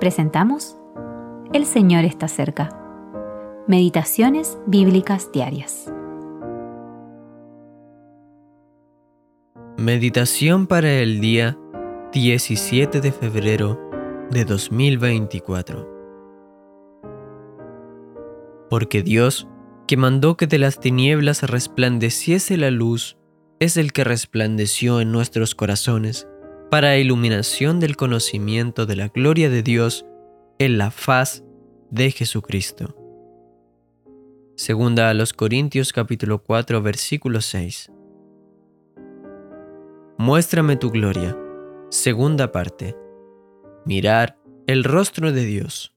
presentamos El Señor está cerca. Meditaciones bíblicas diarias. Meditación para el día 17 de febrero de 2024. Porque Dios, que mandó que de las tinieblas resplandeciese la luz, es el que resplandeció en nuestros corazones para iluminación del conocimiento de la gloria de Dios en la faz de Jesucristo. Segunda a los Corintios capítulo 4 versículo 6. Muéstrame tu gloria. Segunda parte. Mirar el rostro de Dios.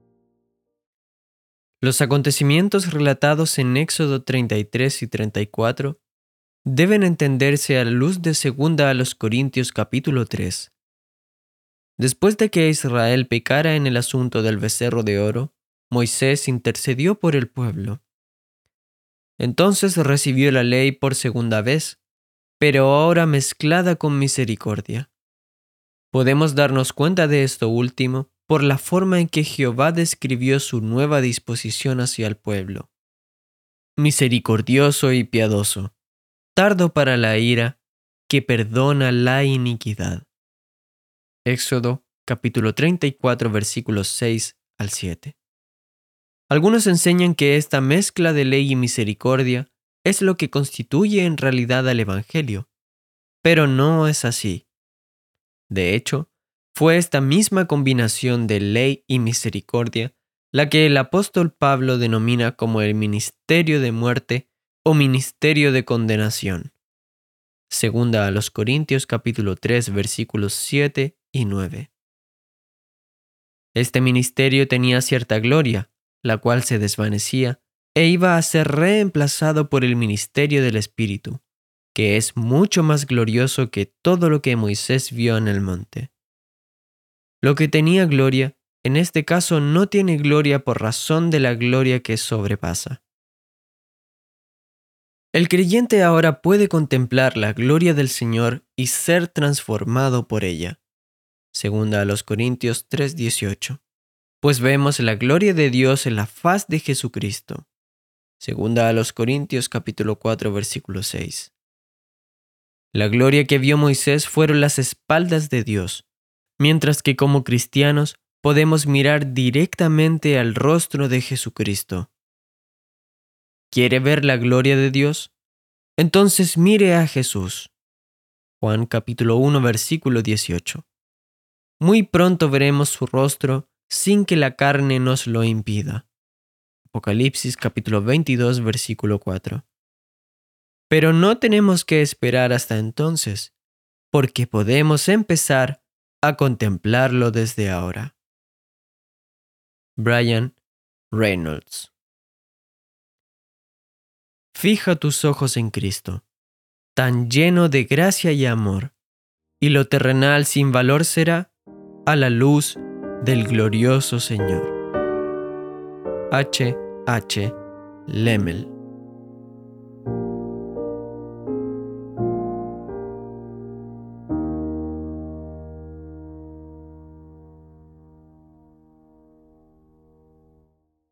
Los acontecimientos relatados en Éxodo 33 y 34 deben entenderse a la luz de Segunda a los Corintios capítulo 3. Después de que Israel pecara en el asunto del becerro de oro, Moisés intercedió por el pueblo. Entonces recibió la ley por segunda vez, pero ahora mezclada con misericordia. Podemos darnos cuenta de esto último por la forma en que Jehová describió su nueva disposición hacia el pueblo. Misericordioso y piadoso, tardo para la ira, que perdona la iniquidad. Éxodo capítulo 34 versículos 6 al 7. Algunos enseñan que esta mezcla de ley y misericordia es lo que constituye en realidad al Evangelio, pero no es así. De hecho, fue esta misma combinación de ley y misericordia la que el apóstol Pablo denomina como el ministerio de muerte o ministerio de condenación. Segunda a los Corintios capítulo 3 versículos 7 y 9. Este ministerio tenía cierta gloria, la cual se desvanecía e iba a ser reemplazado por el ministerio del Espíritu, que es mucho más glorioso que todo lo que Moisés vio en el monte. Lo que tenía gloria, en este caso no tiene gloria por razón de la gloria que sobrepasa. El creyente ahora puede contemplar la gloria del Señor y ser transformado por ella. Segunda a los Corintios 3:18. Pues vemos la gloria de Dios en la faz de Jesucristo. Segunda a los Corintios capítulo 4 versículo 6. La gloria que vio Moisés fueron las espaldas de Dios, mientras que como cristianos podemos mirar directamente al rostro de Jesucristo. ¿Quiere ver la gloria de Dios? Entonces mire a Jesús. Juan capítulo 1 versículo 18. Muy pronto veremos su rostro sin que la carne nos lo impida. Apocalipsis capítulo 22 versículo 4. Pero no tenemos que esperar hasta entonces, porque podemos empezar a contemplarlo desde ahora. Brian Reynolds. Fija tus ojos en Cristo, tan lleno de gracia y amor, y lo terrenal sin valor será a la luz del glorioso Señor. H. H. Lemmel.